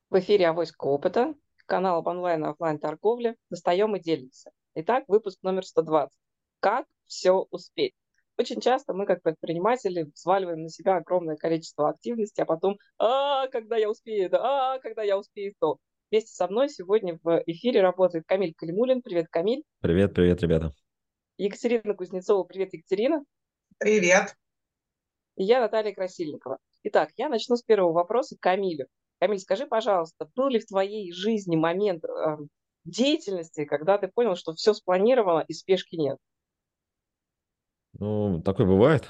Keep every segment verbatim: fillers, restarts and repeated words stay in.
В эфире «Авоська опыта», канал об онлайн и оффлайн торговле «Достаем и делимся». Итак, выпуск номер сто двадцать. Как все успеть? Очень часто мы, как предприниматели, взваливаем на себя огромное количество активности, а потом «А, когда я успею это? А, когда я успею то?» Вместе со мной сегодня в эфире работает Камиль Калимуллин. Привет, Камиль. Привет, привет, ребята. Екатерина Кузнецова. Привет, Екатерина. Привет. И я Наталья Красильникова. Итак, я начну с первого вопроса к Камилю. Камиль, скажи, пожалуйста, был ли в твоей жизни момент э, деятельности, когда ты понял, что все спланировано и спешки нет? Ну, такое бывает.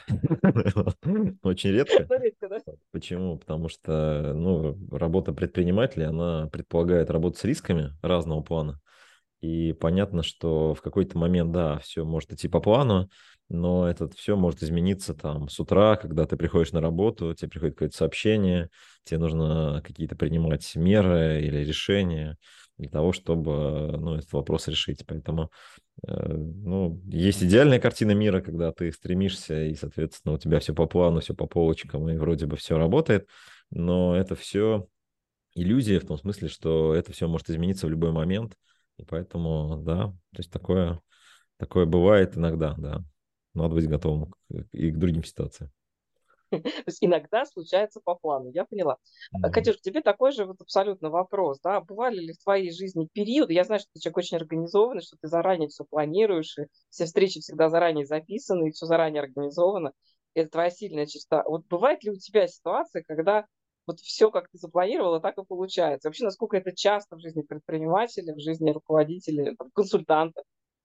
Очень редко. Ну, редко, да? Почему? Потому что, ну, работа предпринимателя, она предполагает работу с рисками разного плана. И понятно, что в какой-то момент, да, все может идти по плану, но это все может измениться там с утра, когда ты приходишь на работу, тебе приходит какое-то сообщение, тебе нужно какие-то принимать меры или решения для того, чтобы, ну, этот вопрос решить. Поэтому, э, ну, есть идеальная картина мира, когда ты стремишься, и, соответственно, у тебя все по плану, все по полочкам, и вроде бы все работает, но это все иллюзия в том смысле, что это все может измениться в любой момент, и поэтому, да, то есть такое, такое бывает иногда, да. Надо быть готовым к- и к другим ситуациям. То есть иногда случается по плану, я поняла. А, Мгм. Катюш, к тебе такой же вот абсолютно вопрос, да, бывали ли в твоей жизни периоды, я знаю, что ты человек очень организованный, что ты заранее все планируешь, и все встречи всегда заранее записаны, и все заранее организовано, это твоя сильная черта. Вот бывает ли у тебя ситуация, когда вот все, как ты запланировала, так и получается? Вообще, насколько это часто в жизни предпринимателя, в жизни руководителя, там, консультанта?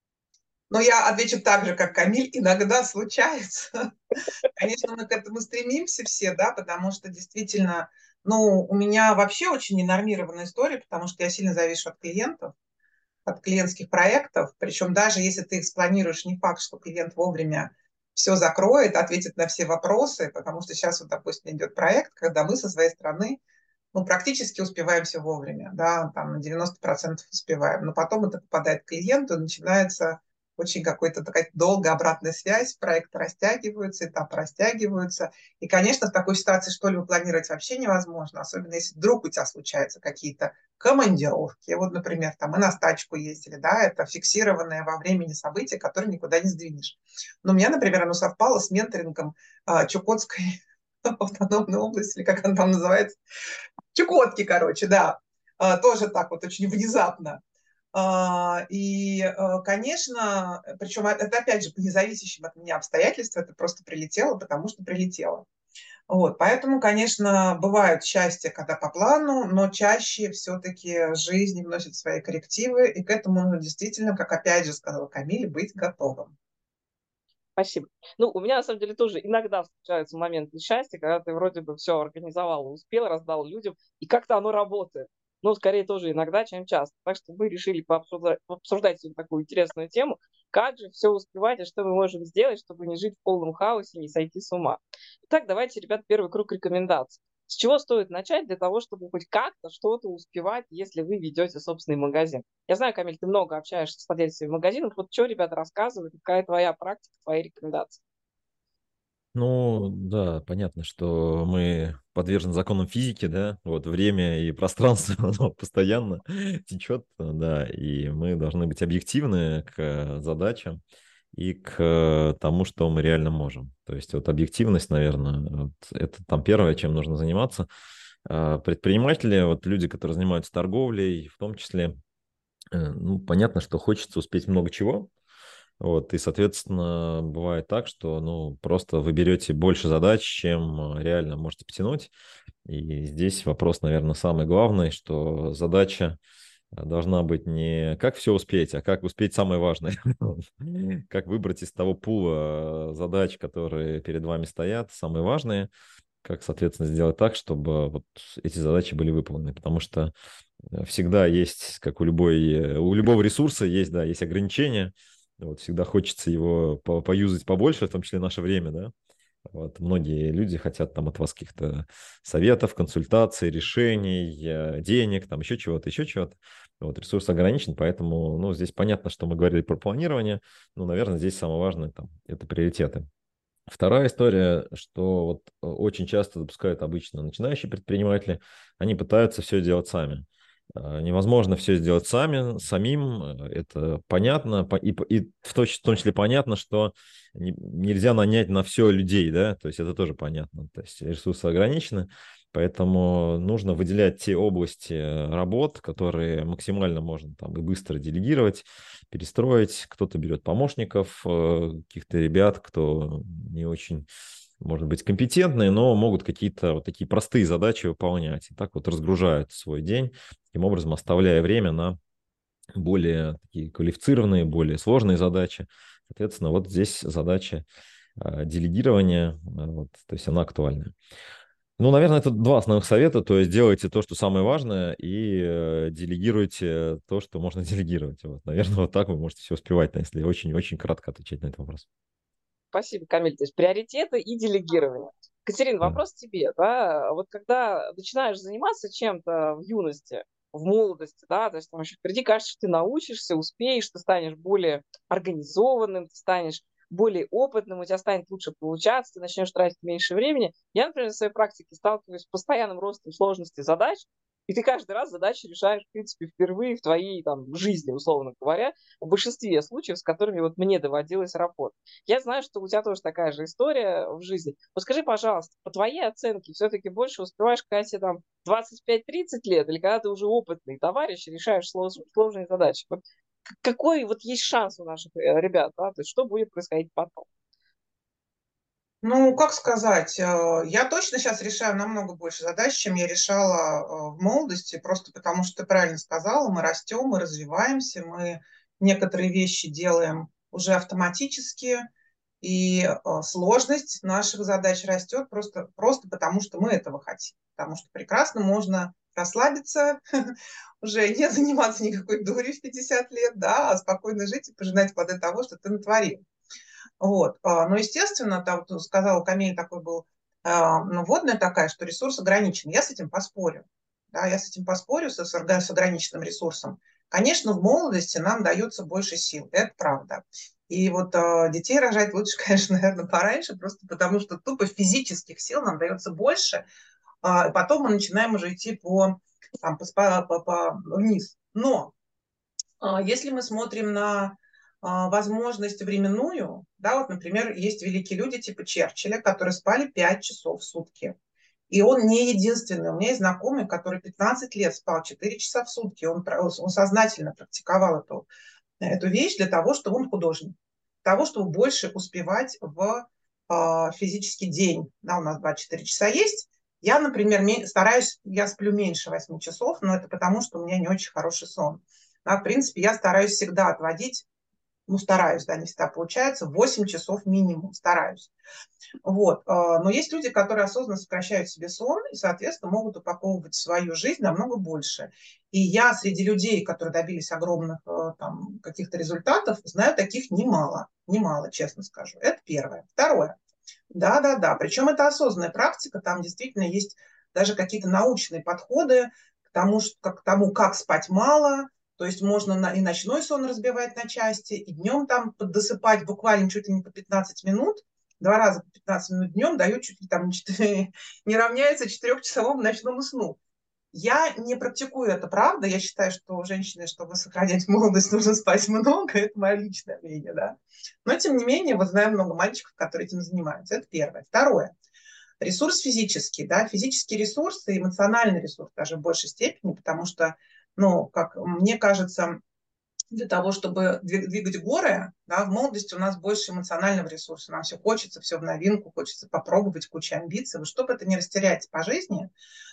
Но я отвечу так же, как Камиль. Иногда случается. Конечно, мы к этому стремимся все, да, потому что действительно, ну, у меня вообще очень ненормированная история, потому что я сильно завишу от клиентов, от клиентских проектов. Причем даже если ты их спланируешь, не факт, что клиент вовремя все закроет, ответит на все вопросы, потому что сейчас вот, допустим, идет проект, когда мы со своей стороны ну, практически успеваем все вовремя, да, там на девяносто процентов успеваем. Но потом это попадает к клиенту, и начинается очень какой-то такая долгая обратная связь, проекты растягиваются, этапы растягиваются. И, конечно, в такой ситуации что-либо планировать вообще невозможно, особенно если вдруг у тебя случаются какие-то командировки. Вот, например, там мы на стачку ездили, да, это фиксированное во времени событие, которое никуда не сдвинешь. Но у меня, например, оно совпало с менторингом а, Чукотской автономной области, или как она там называется, Чукотки, короче, да. А, тоже так вот очень внезапно. А, И, э, конечно, причем это опять же по независящим от меня обстоятельствам, это просто прилетело, потому что прилетело. Вот, поэтому, конечно, бывают счастья, когда по плану, но чаще все-таки жизнь вносит свои коррективы, и к этому нужно действительно, как опять же сказала Камиль, быть готовым. Спасибо. Ну, у меня, на самом деле, тоже иногда встречаются моменты счастья, когда ты вроде бы все организовал, успел, раздал людям, и как-то оно работает. Но скорее тоже иногда, чем часто. Так что мы решили пообсуждать, пообсуждать сегодня такую интересную тему, как же все успевать и что мы можем сделать, чтобы не жить в полном хаосе и не сойти с ума. Итак, давайте, ребят, первый круг рекомендаций. С чего стоит начать для того, чтобы хоть как-то что-то успевать, если вы ведете собственный магазин? Я знаю, Камиль, ты много общаешься с владельцами магазинов. Вот что ребята рассказывают, какая твоя практика, твои рекомендации? Ну, да, понятно, что мы подвержены законам физики, да, вот время и пространство, оно постоянно течет, да, и мы должны быть объективны к задачам и к тому, что мы реально можем. То есть вот объективность, наверное, вот это там первое, чем нужно заниматься. А предприниматели, вот люди, которые занимаются торговлей, в том числе, э, ну, понятно, что хочется успеть много чего, вот, и, соответственно, бывает так, что, ну, просто вы берете больше задач, чем э, реально можете потянуть. И здесь вопрос, наверное, самый главный, что задача э, должна быть не как все успеть, а как успеть самое важное. Как выбрать из того пула э, задач, которые перед вами стоят, самые важные, как, соответственно, сделать так, чтобы вот эти задачи были выполнены. Потому что э, всегда есть, как у любой, э, у любого ресурса есть, да, есть ограничения. Вот, всегда хочется его по поюзать побольше, в том числе наше время, да. Вот, многие люди хотят там от вас каких-то советов, консультаций, решений, э, денег, там еще чего-то, еще чего-то. Вот, ресурс ограничен, поэтому, ну, здесь понятно, что мы говорили про планирование, ну, наверное, здесь самое важное там, это приоритеты. Вторая история, что вот э, очень часто допускают обычно начинающие предприниматели, они пытаются все делать сами. Э, Невозможно все сделать сами, самим, э, это понятно, по- и, по- и в том числе в том числе понятно, что не- нельзя нанять на все людей, да, то есть это тоже понятно, то есть ресурсы ограничены, поэтому нужно выделять те области э, работ, которые максимально можно там и быстро делегировать, перестроить. Кто-то берет помощников, э, каких-то ребят, кто не очень, может быть, компетентные, но могут какие-то вот такие простые задачи выполнять. И так вот разгружают свой день, таким образом оставляя время на более такие квалифицированные, более сложные задачи. Соответственно, вот здесь задача э, делегирования, э, вот, то есть она актуальна. Ну, наверное, это два основных совета. То есть делайте то, что самое важное, и э, делегируйте то, что можно делегировать. Вот, наверное, вот так вы можете все успевать, если очень-очень кратко отвечать на этот вопрос. Спасибо, Камиль. То есть приоритеты и делегирование. Катерина, Да. вопрос тебе, да, вот когда начинаешь заниматься чем-то в юности, в молодости, да, то есть там еще впереди кажется, что ты научишься, успеешь, ты станешь более организованным, ты станешь более опытным, у тебя станет лучше получаться, ты начнешь тратить меньше времени. Я, например, в своей практике сталкиваюсь с постоянным ростом сложности задач, и ты каждый раз задачи решаешь, в принципе, впервые в твоей там, жизни, условно говоря, в большинстве случаев, с которыми вот мне доводилось работать. Я знаю, что у тебя тоже такая же история в жизни. Вот скажи, пожалуйста, по твоей оценке, все-таки больше успеваешь, когда тебе там двадцать пять тридцать лет, или когда ты уже опытный товарищ, решаешь слож- сложные задачи? Вот к- какой вот есть шанс у наших э, ребят, да? То есть что будет происходить потом? Ну, как сказать, э, я точно сейчас решаю намного больше задач, чем я решала э, в молодости, просто потому что ты правильно сказала, мы растем, мы развиваемся, мы некоторые вещи делаем уже автоматически, и э, сложность наших задач растет просто, просто потому, что мы этого хотим. Потому что прекрасно можно расслабиться, уже не заниматься никакой дурью в пятьдесят лет, да, а спокойно жить и пожинать плоды того, что ты натворил. Вот. а, Но, естественно, там вот сказала Камиль, такой был, а, ну, вводная такая, что ресурс ограничен. Я с этим поспорю. Да, я с этим поспорю, с, с орга- с ограниченным ресурсом. Конечно, в молодости нам дается больше сил, это правда. И вот а, детей рожать лучше, конечно, наверное, пораньше, просто потому что тупо физических сил нам дается больше, а, и потом мы начинаем уже идти по, там, по, по, по, вниз. Но а, Если мы смотрим на а, возможность временную, да, вот, например, есть великие люди типа Черчилля, которые спали пять часов в сутки. И он не единственный. У меня есть знакомый, который пятнадцать лет спал четыре часа в сутки. Он, он сознательно практиковал эту, эту вещь для того, чтобы он художник. Для того, чтобы больше успевать в а, физический день. Да, у нас двадцать четыре часа есть. Я, например, стараюсь, я сплю меньше восьми часов, но это потому, что у меня не очень хороший сон. Да, в принципе, я стараюсь всегда отводить, ну, стараюсь, да, не всегда получается, восемь часов минимум, стараюсь. Вот. а, Но есть люди, которые осознанно сокращают себе сон и, соответственно, могут упаковывать свою жизнь намного больше. И я среди людей, которые добились огромных э, там, каких-то результатов, знаю таких немало. Немало, честно скажу. Это первое. Второе. Да-да-да. Причем это осознанная практика. Там действительно есть даже какие-то научные подходы к тому, что, к тому, как спать мало. То есть можно на, и ночной сон разбивать на части, и днем там досыпать буквально чуть ли не по пятнадцать минут. Два раза по пятнадцать минут днем дают чуть ли там не равняется четырехчасовому ночному сну. Я не практикую это, правда. Я считаю, что женщине, чтобы сохранять молодость, нужно спать много. Это мое личное мнение, да. Но, тем не менее, вот знаю много мальчиков, которые этим занимаются. Это первое. Второе. Ресурс физический, да. Физический ресурс и эмоциональный ресурс даже в большей степени, потому что, ну, как мне кажется, для того, чтобы двигать горы, да, в молодости у нас больше эмоционального ресурса. Нам все хочется, все в новинку, хочется попробовать, куча амбиций. Вот чтобы это не растерять по жизни,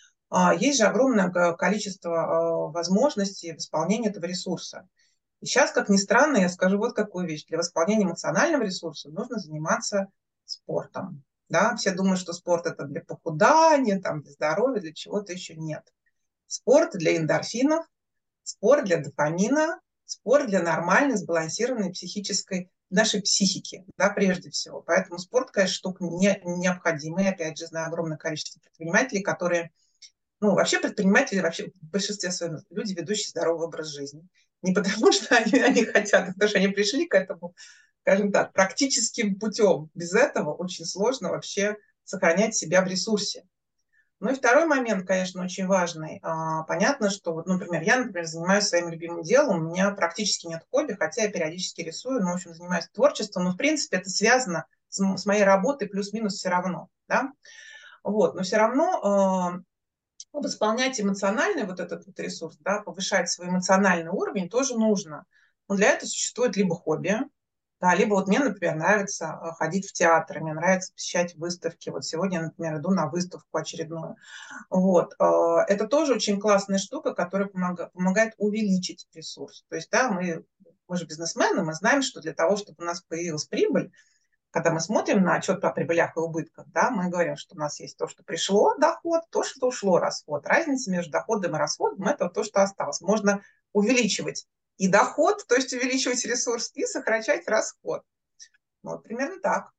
есть же огромное количество возможностей восполнения этого ресурса. И сейчас, как ни странно, я скажу вот какую вещь. Для восполнения эмоционального ресурса нужно заниматься спортом. Да? Все думают, что спорт это для похудания, там, для здоровья, для чего-то еще нет. Спорт для эндорфинов, спорт для дофамина, спорт для нормальной, сбалансированной психической нашей психики, да, прежде всего. Поэтому спорт, конечно, штука не, необходимая. Опять же, знаю огромное количество предпринимателей, которые ну, вообще предприниматели, вообще в большинстве своем люди, ведущие здоровый образ жизни. Не потому, что они, они хотят, а потому что они пришли к этому, к скажем так, практическим путем. Без этого очень сложно вообще сохранять себя в ресурсе. Ну и второй момент, конечно, очень важный. А, Понятно, что, вот, например, я, например, занимаюсь своим любимым делом, у меня практически нет хобби, хотя я периодически рисую, но, в общем, занимаюсь творчеством, но, в принципе, это связано с, м- с моей работой плюс-минус все равно, да. Вот, но все равно а, восполнять эмоциональный вот этот вот ресурс, да, повышать свой эмоциональный уровень тоже нужно. Но для этого существует либо хобби, да, либо вот мне, например, нравится а, ходить в театр, мне нравится посещать выставки. Вот сегодня я, например, иду на выставку очередную. Вот. а, Это тоже очень классная штука, которая помога- помогает увеличить ресурс. То есть, да, мы, мы же бизнесмены, мы знаем, что для того, чтобы у нас появилась прибыль, когда мы смотрим на отчет по прибылях и убытках, да, мы говорим, что у нас есть то, что пришло, доход, то, что ушло, расход. Разница между доходом и расходом – это то, что осталось. Можно увеличивать и доход, то есть увеличивать ресурс, и сокращать расход. Вот примерно так.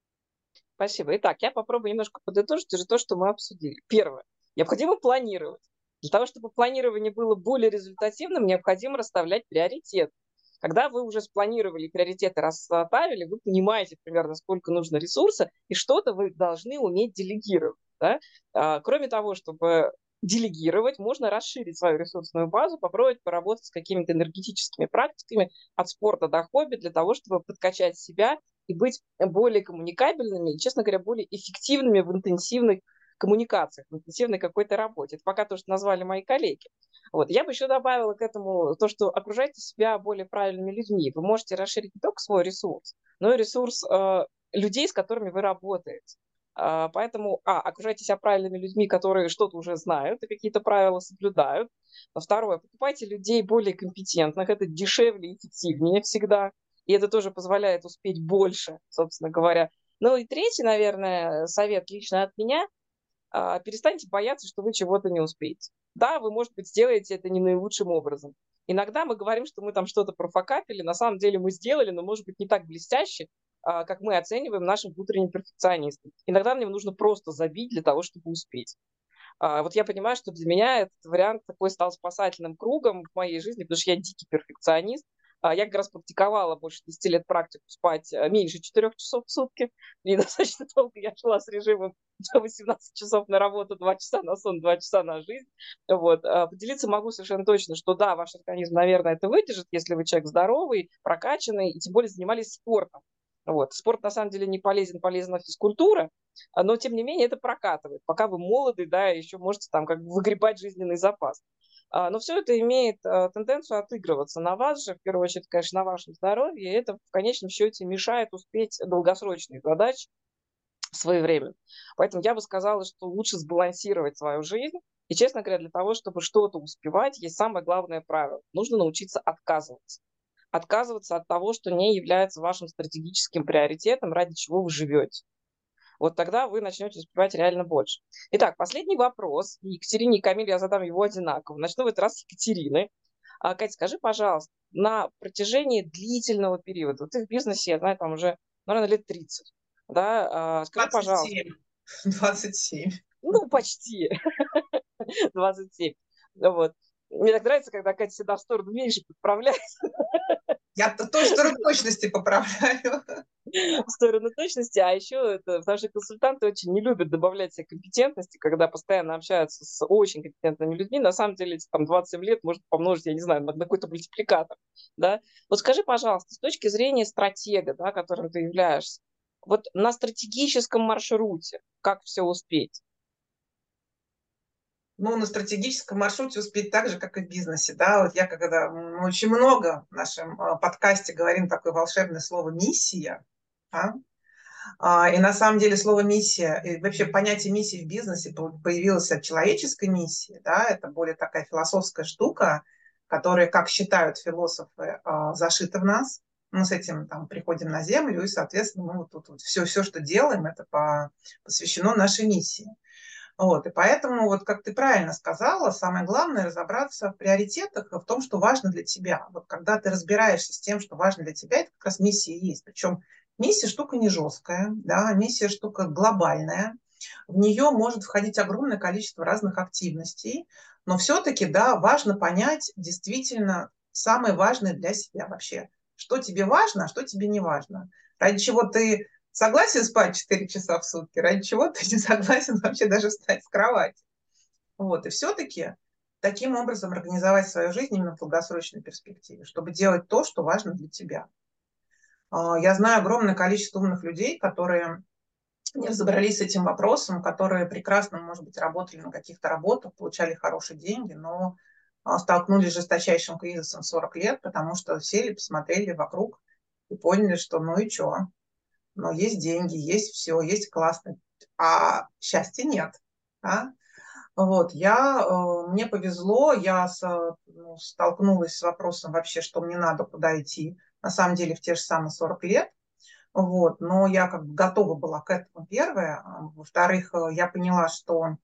Спасибо. Итак, я попробую немножко подытожить уже то, что мы обсудили. Первое. Необходимо планировать. Для того, чтобы планирование было более результативным, необходимо расставлять приоритеты. Когда вы уже спланировали, приоритеты расставили, вы понимаете примерно, сколько нужно ресурса, и что-то вы должны уметь делегировать. Да? А, Кроме того, чтобы делегировать, можно расширить свою ресурсную базу, попробовать поработать с какими-то энергетическими практиками от спорта до хобби для того, чтобы подкачать себя и быть более коммуникабельными и, честно говоря, более эффективными в интенсивных коммуникациях, в интенсивной какой-то работе. Это пока то, что назвали мои коллеги. Вот. Я бы еще добавила к этому то, что окружайте себя более правильными людьми. Вы можете расширить не только свой ресурс, но и ресурс э, людей, с которыми вы работаете. А, Поэтому, а, окружайте себя правильными людьми, которые что-то уже знают и какие-то правила соблюдают. А Второе, покупайте людей более компетентных, это дешевле и эффективнее всегда. И это тоже позволяет успеть больше, собственно говоря. Ну и третий, наверное, совет лично от меня. а, Перестаньте бояться, что вы чего-то не успеете. Да, вы, может быть, сделаете это не наилучшим образом. Иногда мы говорим, что мы там что-то профокапили, на самом деле мы сделали, но, может быть, не так блестяще, а, как мы оцениваем нашим внутренним перфекционистом. Иногда мне нужно просто забить для того, чтобы успеть. А, Вот я понимаю, что для меня этот вариант такой стал спасательным кругом в моей жизни, потому что я дикий перфекционист. А, Я как раз практиковала больше десяти лет практику спать э, меньше четырех часов в сутки. И достаточно долго я шла с режимом восемнадцать часов на работу, два часа на сон, два часа на жизнь. Вот. А, Поделиться могу совершенно точно, что да, ваш организм, наверное, это выдержит, если вы человек здоровый, прокачанный и тем более занимались спортом. Вот. Спорт на самом деле не полезен, полезна физкультура, а, но тем не менее это прокатывает. Пока вы молоды, да, еще можете там как бы выгребать жизненный запас. А, Но все это имеет а, тенденцию отыгрываться на вас же, в первую очередь, конечно, на вашем здоровье, и это в конечном счете мешает успеть долгосрочные задачи своевременно. Поэтому я бы сказала, что лучше сбалансировать свою жизнь. И, честно говоря, для того, чтобы что-то успевать, есть самое главное правило. Нужно научиться отказываться. Отказываться от того, что не является вашим стратегическим приоритетом, ради чего вы живете. Вот тогда вы начнете успевать реально больше. Итак, последний вопрос. И Екатерине и Камиле я задам его одинаково. Начну в этот раз с Екатерины. А, Катя, скажи, пожалуйста, на протяжении длительного периода, вот ты в бизнесе, я знаю, там уже, наверное, лет тридцать, да, а, скажи, двадцать пожалуйста, семь. двадцать семь. ну, почти двадцать семь. Ну вот. Мне так нравится, когда Катя всегда в сторону меньше подправляет. Я то тоже сторону точности поправляю. В сторону точности, а еще это, потому что консультанты очень не любят добавлять себе компетентности, когда постоянно общаются с очень компетентными людьми. На самом деле, эти там двадцать семь лет может помножить, я не знаю, на какой-то мультипликатор. Да? Вот скажи, пожалуйста, с точки зрения стратега, да, которым ты являешься, вот на стратегическом маршруте, как все успеть? Ну, на стратегическом маршруте успеть так же, как и в бизнесе. Да? Вот я когда мы очень много в нашем а, подкасте говорим такое волшебное слово «миссия». Да? А, И на самом деле слово «миссия», и вообще понятие миссии в бизнесе по- появилось от человеческой миссии. Да? Это более такая философская штука, которая, как считают философы, а, зашита в нас. Мы с этим там приходим на Землю, и, соответственно, мы вот тут вот все, все, что делаем, это по, посвящено нашей миссии. Вот, и поэтому, вот как ты правильно сказала, самое главное разобраться в приоритетах, в том, что важно для тебя. Вот когда ты разбираешься с тем, что важно для тебя, это как раз миссия и есть. Причем миссия штука не жесткая, да, миссия штука глобальная. В нее может входить огромное количество разных активностей, но все-таки, да, важно понять действительно самое важное для себя вообще. что тебе важно, а что тебе не важно. Ради чего ты согласен спать четыре часа в сутки, ради чего ты не согласен вообще даже встать с кровати. Вот. И все-таки таким образом организовать свою жизнь именно в долгосрочной перспективе, чтобы делать то, что важно для тебя. Я знаю огромное количество умных людей, которые не разобрались с этим вопросом, которые прекрасно, может быть, работали на каких-то работах, получали хорошие деньги, но столкнулись с жесточайшим кризисом в сорок лет, потому что сели, посмотрели вокруг и поняли, что ну и что, но есть деньги, есть все, есть классно, а счастья нет. Да? Вот, я, мне повезло, я с, ну, столкнулась с вопросом вообще, что мне надо, куда идти, на самом деле в те же самые сорок лет. Вот, но я как бы готова была к этому, первое. Во-вторых, я поняла, что,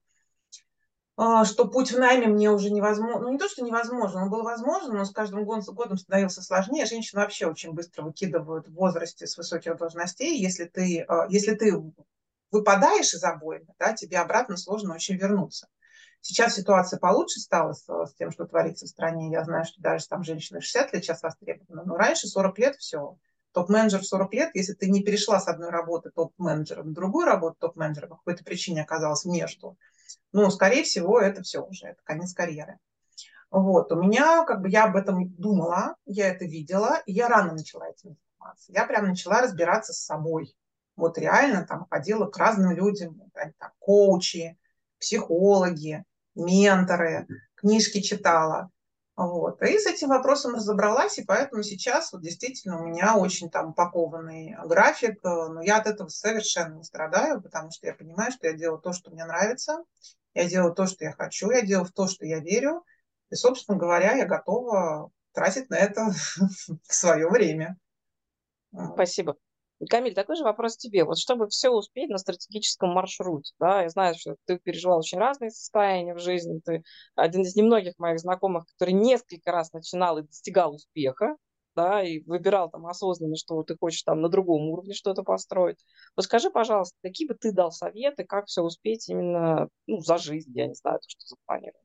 что путь в найме мне уже невозможно. Ну, не то, что невозможно, он был возможен, но с каждым годом становился сложнее. Женщины вообще очень быстро выкидывают в возрасте с высоких должностей. Если ты, если ты выпадаешь из обоймы, да, тебе обратно сложно очень вернуться. Сейчас ситуация получше стала с, с тем, что творится в стране. Я знаю, что даже там женщины шестьдесят лет сейчас востребованы, но раньше сорок лет все. Топ-менеджер в сорок лет, если ты не перешла с одной работы топ-менеджера на другую работу топ-менеджера, по какой-то причине оказалась между, ну, скорее всего, это все уже, это конец карьеры. Вот, у меня, как бы, я об этом думала, я это видела, и я рано начала этим заниматься. Я прям начала разбираться с собой. Вот реально там ходила к разным людям, там, коучи, психологи, менторы, книжки читала. Вот. И с этим вопросом разобралась, и поэтому сейчас вот действительно у меня очень там упакованный график, но я от этого совершенно не страдаю, потому что я понимаю, что я делаю то, что мне нравится, я делаю то, что я хочу, я делаю в то, что я верю, и, собственно говоря, я готова тратить на это свое время. Спасибо. Камиль, такой же вопрос тебе. Вот чтобы все успеть на стратегическом маршруте, да, я знаю, что ты переживал очень разные состояния в жизни, ты один из немногих моих знакомых, который несколько раз начинал и достигал успеха, да, и выбирал там осознанно, что ты хочешь там на другом уровне что-то построить. Вот скажи, пожалуйста, какие бы ты дал советы, как все успеть именно, ну, за жизнь, я не знаю, то, что запланировал.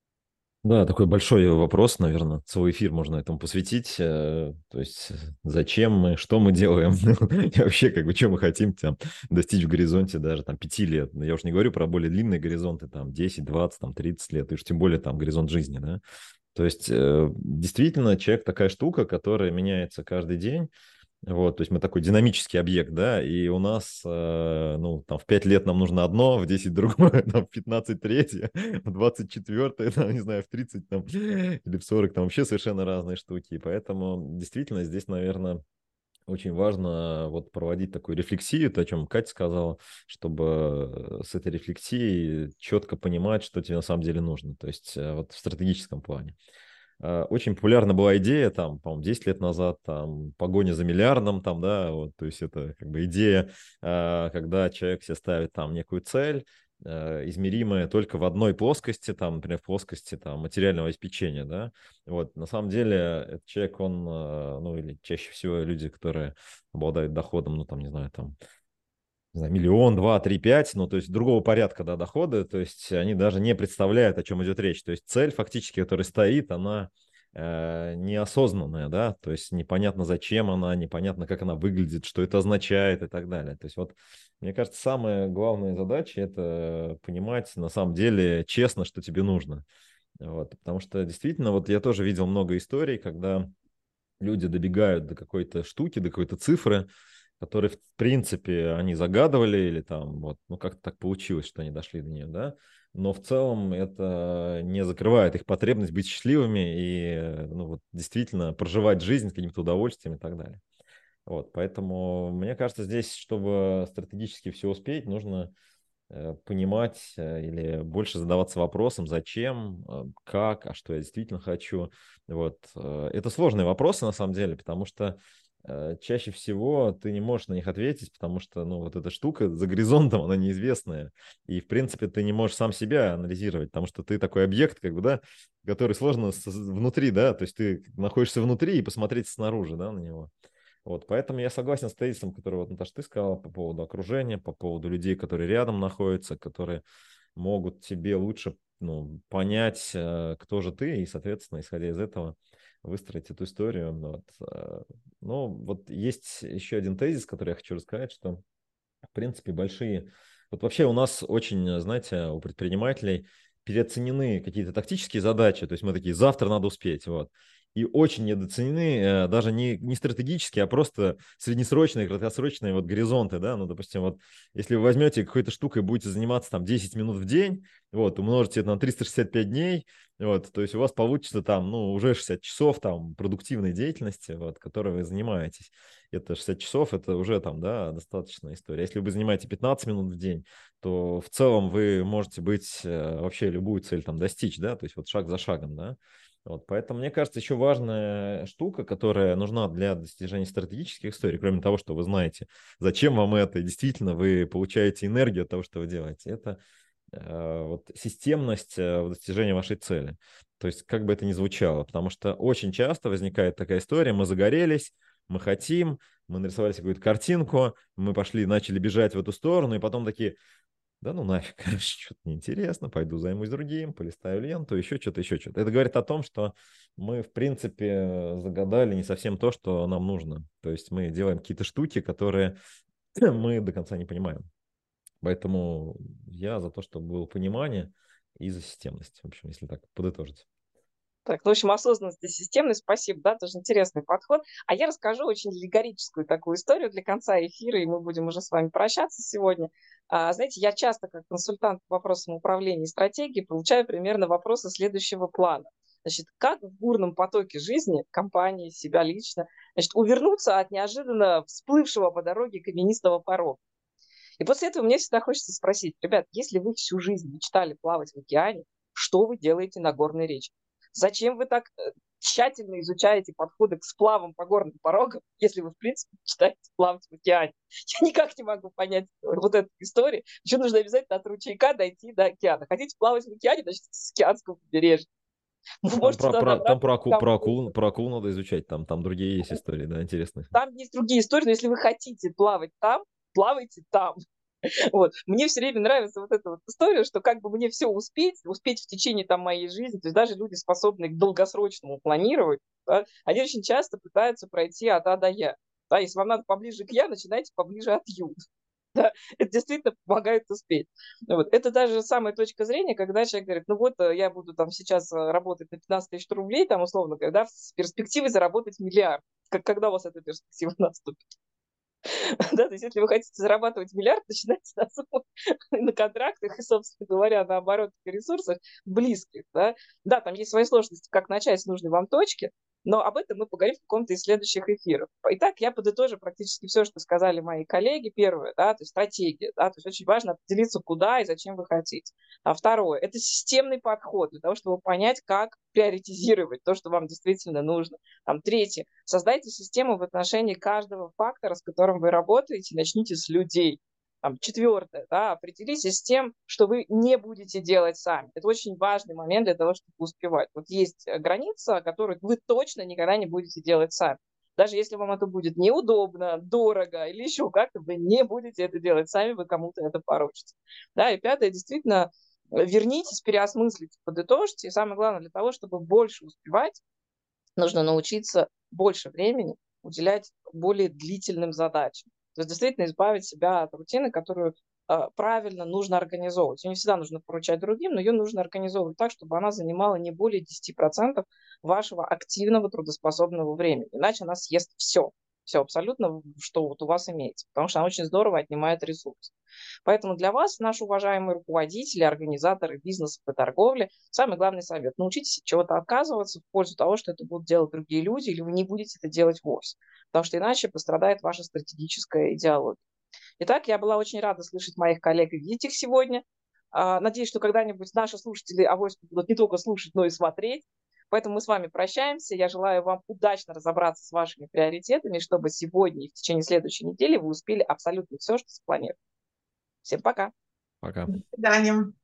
Да, такой большой вопрос, наверное, целый эфир можно этому посвятить. э, То есть зачем мы, что мы делаем, и вообще, как бы, что мы хотим там достичь в горизонте даже там пяти лет. Я уж не говорю про более длинные горизонты, там десять, двадцать, там тридцать лет, и уж тем более там горизонт жизни, да. То есть э, действительно человек такая штука, которая меняется каждый день. Вот, то есть мы такой динамический объект, да, и у нас, э, ну, там, в пять лет нам нужно одно, в десять другое, там, в пятнадцать третье, в двадцать четвертое, там, не знаю, в тридцать там, или в сорок, там, вообще совершенно разные штуки. И поэтому действительно здесь, наверное, очень важно вот проводить такую рефлексию, то, о чем Катя сказала, чтобы с этой рефлексией четко понимать, что тебе на самом деле нужно, то есть э, вот в стратегическом плане. Очень популярна была идея, там, по-моему, десять лет назад, там, погоня за миллиардом, там, да, вот, то есть это как бы идея, когда человек себе ставит там некую цель, измеримая только в одной плоскости, там, например, в плоскости там, материального обеспечения, да, вот, на самом деле этот человек, он, ну, или чаще всего люди, которые обладают доходом, ну, там, не знаю, там, не знаю, миллион, два, три, пять, ну, то есть другого порядка, да, доходы, то есть они даже не представляют, о чем идет речь. То есть цель фактически, которая стоит, она э, неосознанная, да, то есть непонятно, зачем она, непонятно, как она выглядит, что это означает и так далее. То есть вот, мне кажется, самая главная задача – это понимать на самом деле честно, что тебе нужно. Вот, потому что действительно, вот я тоже видел много историй, когда люди добегают до какой-то штуки, до какой-то цифры, которые, в принципе, они загадывали, или там, вот, ну, как-то так получилось, что они дошли до нее, да, но в целом это не закрывает их потребность быть счастливыми и, ну, вот, действительно проживать жизнь с каким-то удовольствием и так далее. Вот, поэтому, мне кажется, здесь, чтобы стратегически все успеть, нужно э, понимать э, или больше задаваться вопросом, зачем, э, как, а что я действительно хочу. Вот. э, Это сложные вопросы, на самом деле, потому что э, чаще всего ты не можешь на них ответить, потому что, ну, вот эта штука за горизонтом, она неизвестная. И, в принципе, ты не можешь сам себя анализировать, потому что ты такой объект, как бы, да, который сложно с- внутри, да, то есть ты находишься внутри и посмотреть снаружи, да, на него. Вот, поэтому я согласен с тезисом, который вот, Наташа, ты сказала по поводу окружения, по поводу людей, которые рядом находятся, которые могут тебе лучше, ну, понять, э, кто же ты, и, соответственно, исходя из этого, выстроить эту историю. Вот. Ну, вот есть еще один тезис, который я хочу рассказать, что, в принципе, большие... Вот вообще у нас очень, знаете, у предпринимателей переоценены какие-то тактические задачи, то есть мы такие, завтра надо успеть, вот. И очень недооценены э, даже не, не стратегические, а просто среднесрочные, краткосрочные вот горизонты, да, ну, допустим, вот если вы возьмете какой-то штукой и будете заниматься там десять минут в день, вот, умножите это на триста шестьдесят пять дней, вот, то есть у вас получится там, ну, уже шестьдесят часов там продуктивной деятельности, вот, которой вы занимаетесь. Это шестьдесят часов, это уже там, да, достаточная история. Если вы занимаете пятнадцать минут в день, то в целом вы можете быть, э, вообще любую цель там достичь, да, то есть вот шаг за шагом, да. Вот, поэтому, мне кажется, еще важная штука, которая нужна для достижения стратегических историй, кроме того, что вы знаете, зачем вам это, и действительно вы получаете энергию от того, что вы делаете, это э, вот, системность э, в достижении вашей цели. То есть, как бы это ни звучало, потому что очень часто возникает такая история, мы загорелись, мы хотим, мы нарисовали себе какую-то картинку, мы пошли, начали бежать в эту сторону, и потом такие, да ну нафиг, что-то неинтересно, пойду займусь другим, полистаю ленту, еще что-то, еще что-то. Это говорит о том, что мы, в принципе, загадали не совсем то, что нам нужно. То есть мы делаем какие-то штуки, которые мы до конца не понимаем. Поэтому я за то, чтобы было понимание и за системность, в общем, если так подытожить. Так, ну, в общем, осознанность и системность, спасибо, да, тоже интересный подход. А я расскажу очень аллегорическую такую историю для конца эфира, и мы будем уже с вами прощаться сегодня. А, знаете, я часто как консультант по вопросам управления и стратегии получаю примерно вопросы следующего плана. Значит, как в бурном потоке жизни компании, себя лично, значит, увернуться от неожиданно всплывшего по дороге каменистого порога? И после этого мне всегда хочется спросить, ребят, если вы всю жизнь мечтали плавать в океане, что вы делаете на горной речке? Зачем вы так э, тщательно изучаете подходы к сплавам по горным порогам, если вы, в принципе, мечтаете плавать в океане? Я никак не могу понять вот эту историю. Еще нужно обязательно от ручейка дойти до океана. Хотите плавать в океане, значит, с океанского побережья. Вы Там можете про, туда про, там добраться. про, аку- Там, про, акул, про акул надо изучать, там, там другие есть истории, да, интересные. там есть другие истории, но если вы хотите плавать там, плавайте там. Вот. Мне все время нравится вот эта вот история, что как бы мне все успеть, успеть в течение там моей жизни, то есть даже люди, способные к долгосрочному планированию, да, они очень часто пытаются пройти от А до Я. Да, если вам надо поближе к Я, начинайте поближе от Ю. Да, это действительно помогает успеть. Вот. Это даже самая точка зрения, когда человек говорит, ну вот э, я буду там сейчас э, работать на пятнадцать тысяч рублей, там условно говоря, да, с перспективой заработать миллиард. Как, когда у вас эта перспектива наступит? Да, то есть если вы хотите зарабатывать миллиард, начинайте на, сумму, на контрактах и, собственно говоря, на оборотных ресурсах близких. Да? Да, там есть свои сложности, как начать с нужной вам точки, но об этом мы поговорим в каком-то из следующих эфиров. Итак, я подытожу практически все, что сказали мои коллеги. Первое, да, то есть стратегия. Да, то есть очень важно определиться, куда и зачем вы хотите. А второе, это системный подход для того, чтобы понять, как приоритизировать то, что вам действительно нужно. Там, третье, создайте систему в отношении каждого фактора, с которым вы работаете, начните с людей. Там, четвертое, да, определитесь с тем, что вы не будете делать сами. Это очень важный момент для того, чтобы успевать. Вот есть граница, которую вы точно никогда не будете делать сами. Даже если вам это будет неудобно, дорого или еще как-то, вы не будете это делать сами, вы кому-то это поручите. Да, и пятое, действительно, вернитесь, переосмыслите, подытожьте. И самое главное, для того, чтобы больше успевать, нужно научиться больше времени уделять более длительным задачам. То есть действительно избавить себя от рутины, которую э, правильно нужно организовывать. Ее не всегда нужно поручать другим, но ее нужно организовывать так, чтобы она занимала не более десять процентов вашего активного трудоспособного времени. Иначе она съест все. Все абсолютно, что вот у вас имеется. Потому что она очень здорово отнимает ресурсы. Поэтому для вас, наши уважаемые руководители, организаторы бизнеса и торговли, самый главный совет – научитесь от чего-то отказываться в пользу того, что это будут делать другие люди, или вы не будете это делать вовсе. Потому что иначе пострадает ваша стратегическая идеология. Итак, я была очень рада слышать моих коллег и видеть их сегодня. Надеюсь, что когда-нибудь наши слушатели авоську будут не только слушать, но и смотреть. Поэтому мы с вами прощаемся. Я желаю вам удачно разобраться с вашими приоритетами, чтобы сегодня и в течение следующей недели вы успели абсолютно все, что спланировали. Всем пока. Пока. До свидания.